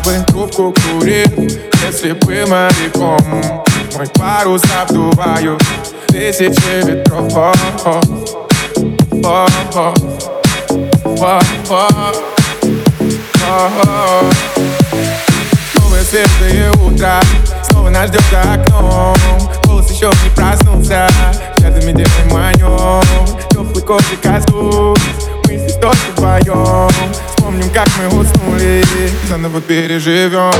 бы трубку курил, если бы моряком. Мой парус обдуваю тысячи ветров. Новые светлые утра, снова нас ждет за окном. Голос еще не проснулся, взглядами делаем о нем. Теплый кофе коснусь, мы здесь только вдвоем. Вспомним, как мы уснули, заново переживем.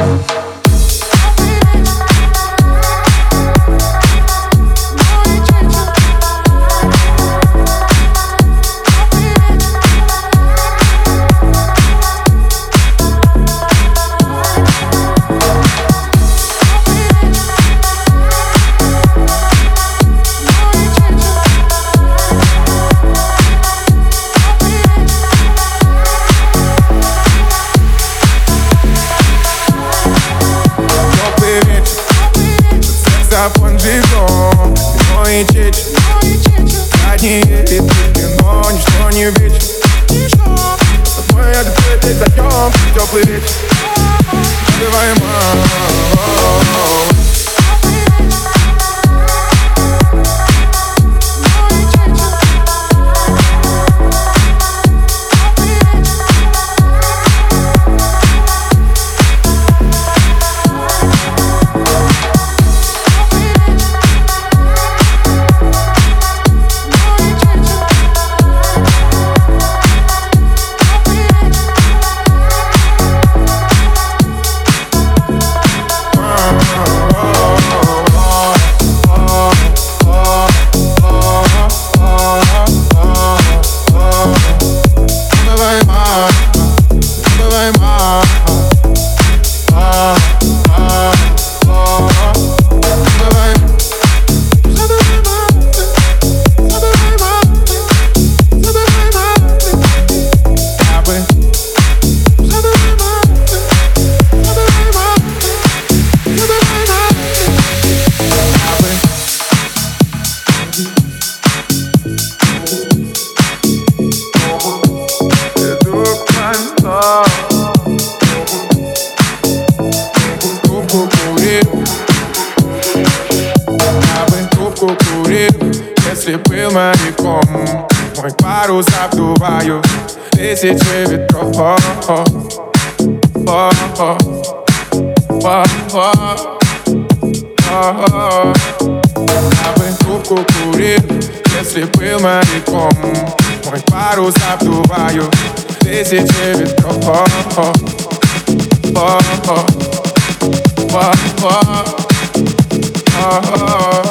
Саксофон живем, вино и чечь. Одни эти вино, ничто не вечно. С тобой открытый зайдем, теплый вечер. Называем если был моряком. Мой парус обдуваю тысячи ветров. Я бы трубку курил, если был моряком. Мой парус обдуваю тысячи ветров. Oh